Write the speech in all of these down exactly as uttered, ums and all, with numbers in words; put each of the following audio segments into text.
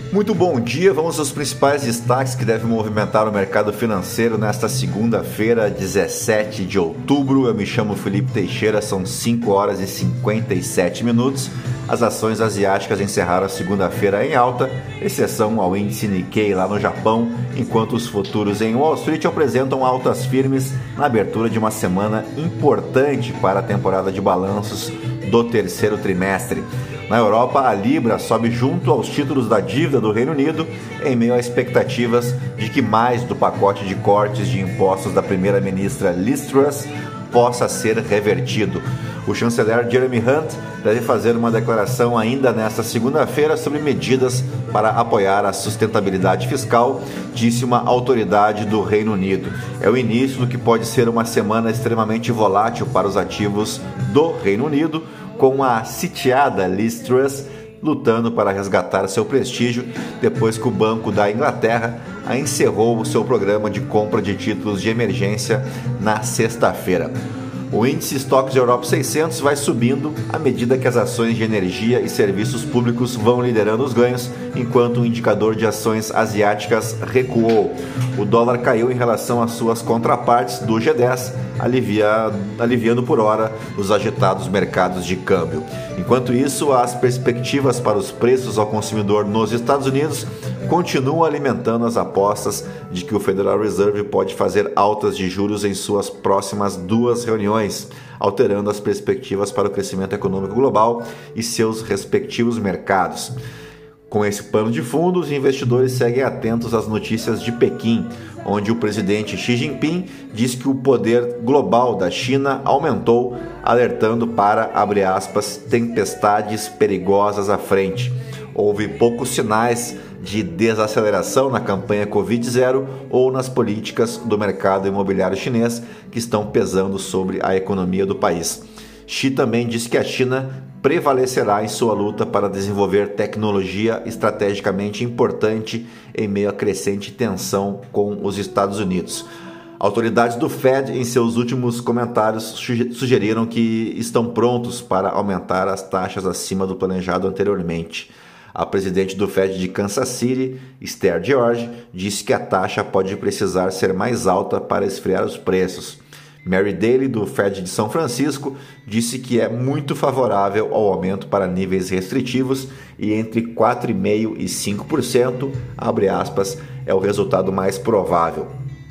Muito bom dia, vamos aos principais destaques que devem movimentar o mercado financeiro nesta segunda-feira, dezessete de outubro. Eu me chamo Felipe Teixeira, são cinco horas e cinquenta e sete minutos. As ações asiáticas encerraram a segunda-feira em alta, exceção ao índice Nikkei lá no Japão, enquanto os futuros em Wall Street apresentam altas firmes na abertura de uma semana importante para a temporada de balanços do terceiro trimestre. Na Europa, a Libra sobe junto aos títulos da dívida do Reino Unido, em meio a expectativas de que mais do pacote de cortes de impostos da primeira-ministra Liz Truss possa ser revertido. O chanceler Jeremy Hunt deve fazer uma declaração ainda nesta segunda-feira sobre medidas para apoiar a sustentabilidade fiscal, disse uma autoridade do Reino Unido. É o início do que pode ser uma semana extremamente volátil para os ativos do Reino Unido, com a sitiada Liz Truss lutando para resgatar seu prestígio depois que o Banco da Inglaterra encerrou o seu programa de compra de títulos de emergência na sexta-feira. O índice Stocks Europe seiscentos vai subindo à medida que as ações de energia e serviços públicos vão liderando os ganhos, enquanto o indicador de ações asiáticas recuou. O dólar caiu em relação às suas contrapartes do G dez, alivia, aliviando por hora os agitados mercados de câmbio. Enquanto isso, as perspectivas para os preços ao consumidor nos Estados Unidos continuam alimentando as apostas de que o Federal Reserve pode fazer altas de juros em suas próximas duas reuniões, alterando as perspectivas para o crescimento econômico global e seus respectivos mercados. Com esse pano de fundo, os investidores seguem atentos às notícias de Pequim, onde o presidente Xi Jinping diz que o poder global da China aumentou, alertando para, abre aspas, tempestades perigosas à frente. Houve poucos sinais de desaceleração na campanha Covid zero ou nas políticas do mercado imobiliário chinês que estão pesando sobre a economia do país. Xi também disse que a China prevalecerá em sua luta para desenvolver tecnologia estrategicamente importante em meio à crescente tensão com os Estados Unidos. Autoridades do Fed, em seus últimos comentários, sugeriram que estão prontos para aumentar as taxas acima do planejado anteriormente. A presidente do Fed de Kansas City, Esther George, disse que a taxa pode precisar ser mais alta para esfriar os preços. Mary Daly, do Fed de São Francisco, disse que é muito favorável ao aumento para níveis restritivos e entre quatro vírgula cinco por cento e cinco por cento, abre aspas, é o resultado mais provável.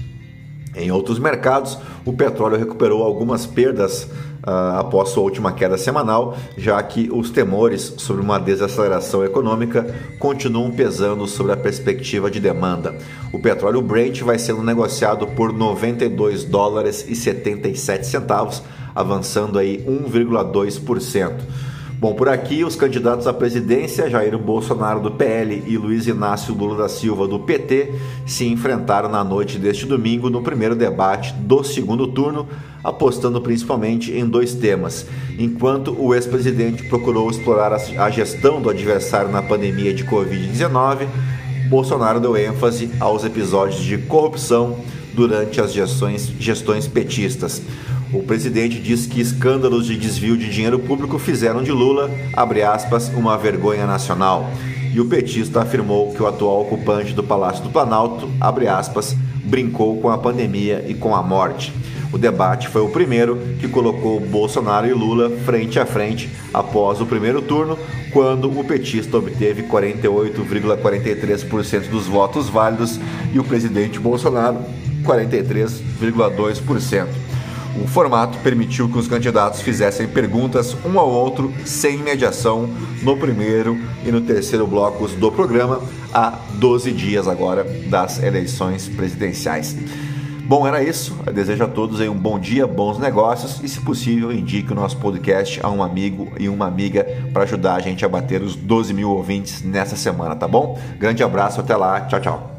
Em outros mercados, o petróleo recuperou algumas perdas uh, após sua última queda semanal, já que os temores sobre uma desaceleração econômica continuam pesando sobre a perspectiva de demanda. O petróleo Brent vai sendo negociado por noventa e dois dólares e setenta e sete centavos, avançando aí um vírgula dois por cento. Bom, por aqui, os candidatos à presidência, Jair Bolsonaro do P L e Luiz Inácio Lula da Silva do P T, se enfrentaram na noite deste domingo no primeiro debate do segundo turno, apostando principalmente em dois temas. Enquanto o ex-presidente procurou explorar a gestão do adversário na pandemia de covid dezenove, Bolsonaro deu ênfase aos episódios de corrupção durante as gestões, gestões petistas. O presidente diz que escândalos de desvio de dinheiro público fizeram de Lula, abre aspas, uma vergonha nacional. E o petista afirmou que o atual ocupante do Palácio do Planalto, abre aspas, brincou com a pandemia e com a morte. O debate foi o primeiro que colocou Bolsonaro e Lula frente a frente após o primeiro turno, quando o petista obteve quarenta e oito vírgula quarenta e três por cento dos votos válidos e o presidente Bolsonaro quarenta e três vírgula dois por cento. O formato permitiu que os candidatos fizessem perguntas um ao outro sem mediação no primeiro e no terceiro blocos do programa, há doze dias agora das eleições presidenciais. Bom, era isso. Eu desejo a todos aí um bom dia, bons negócios e, se possível, indique o nosso podcast a um amigo e uma amiga para ajudar a gente a bater os doze mil ouvintes nessa semana, tá bom? Grande abraço, até lá, tchau, tchau.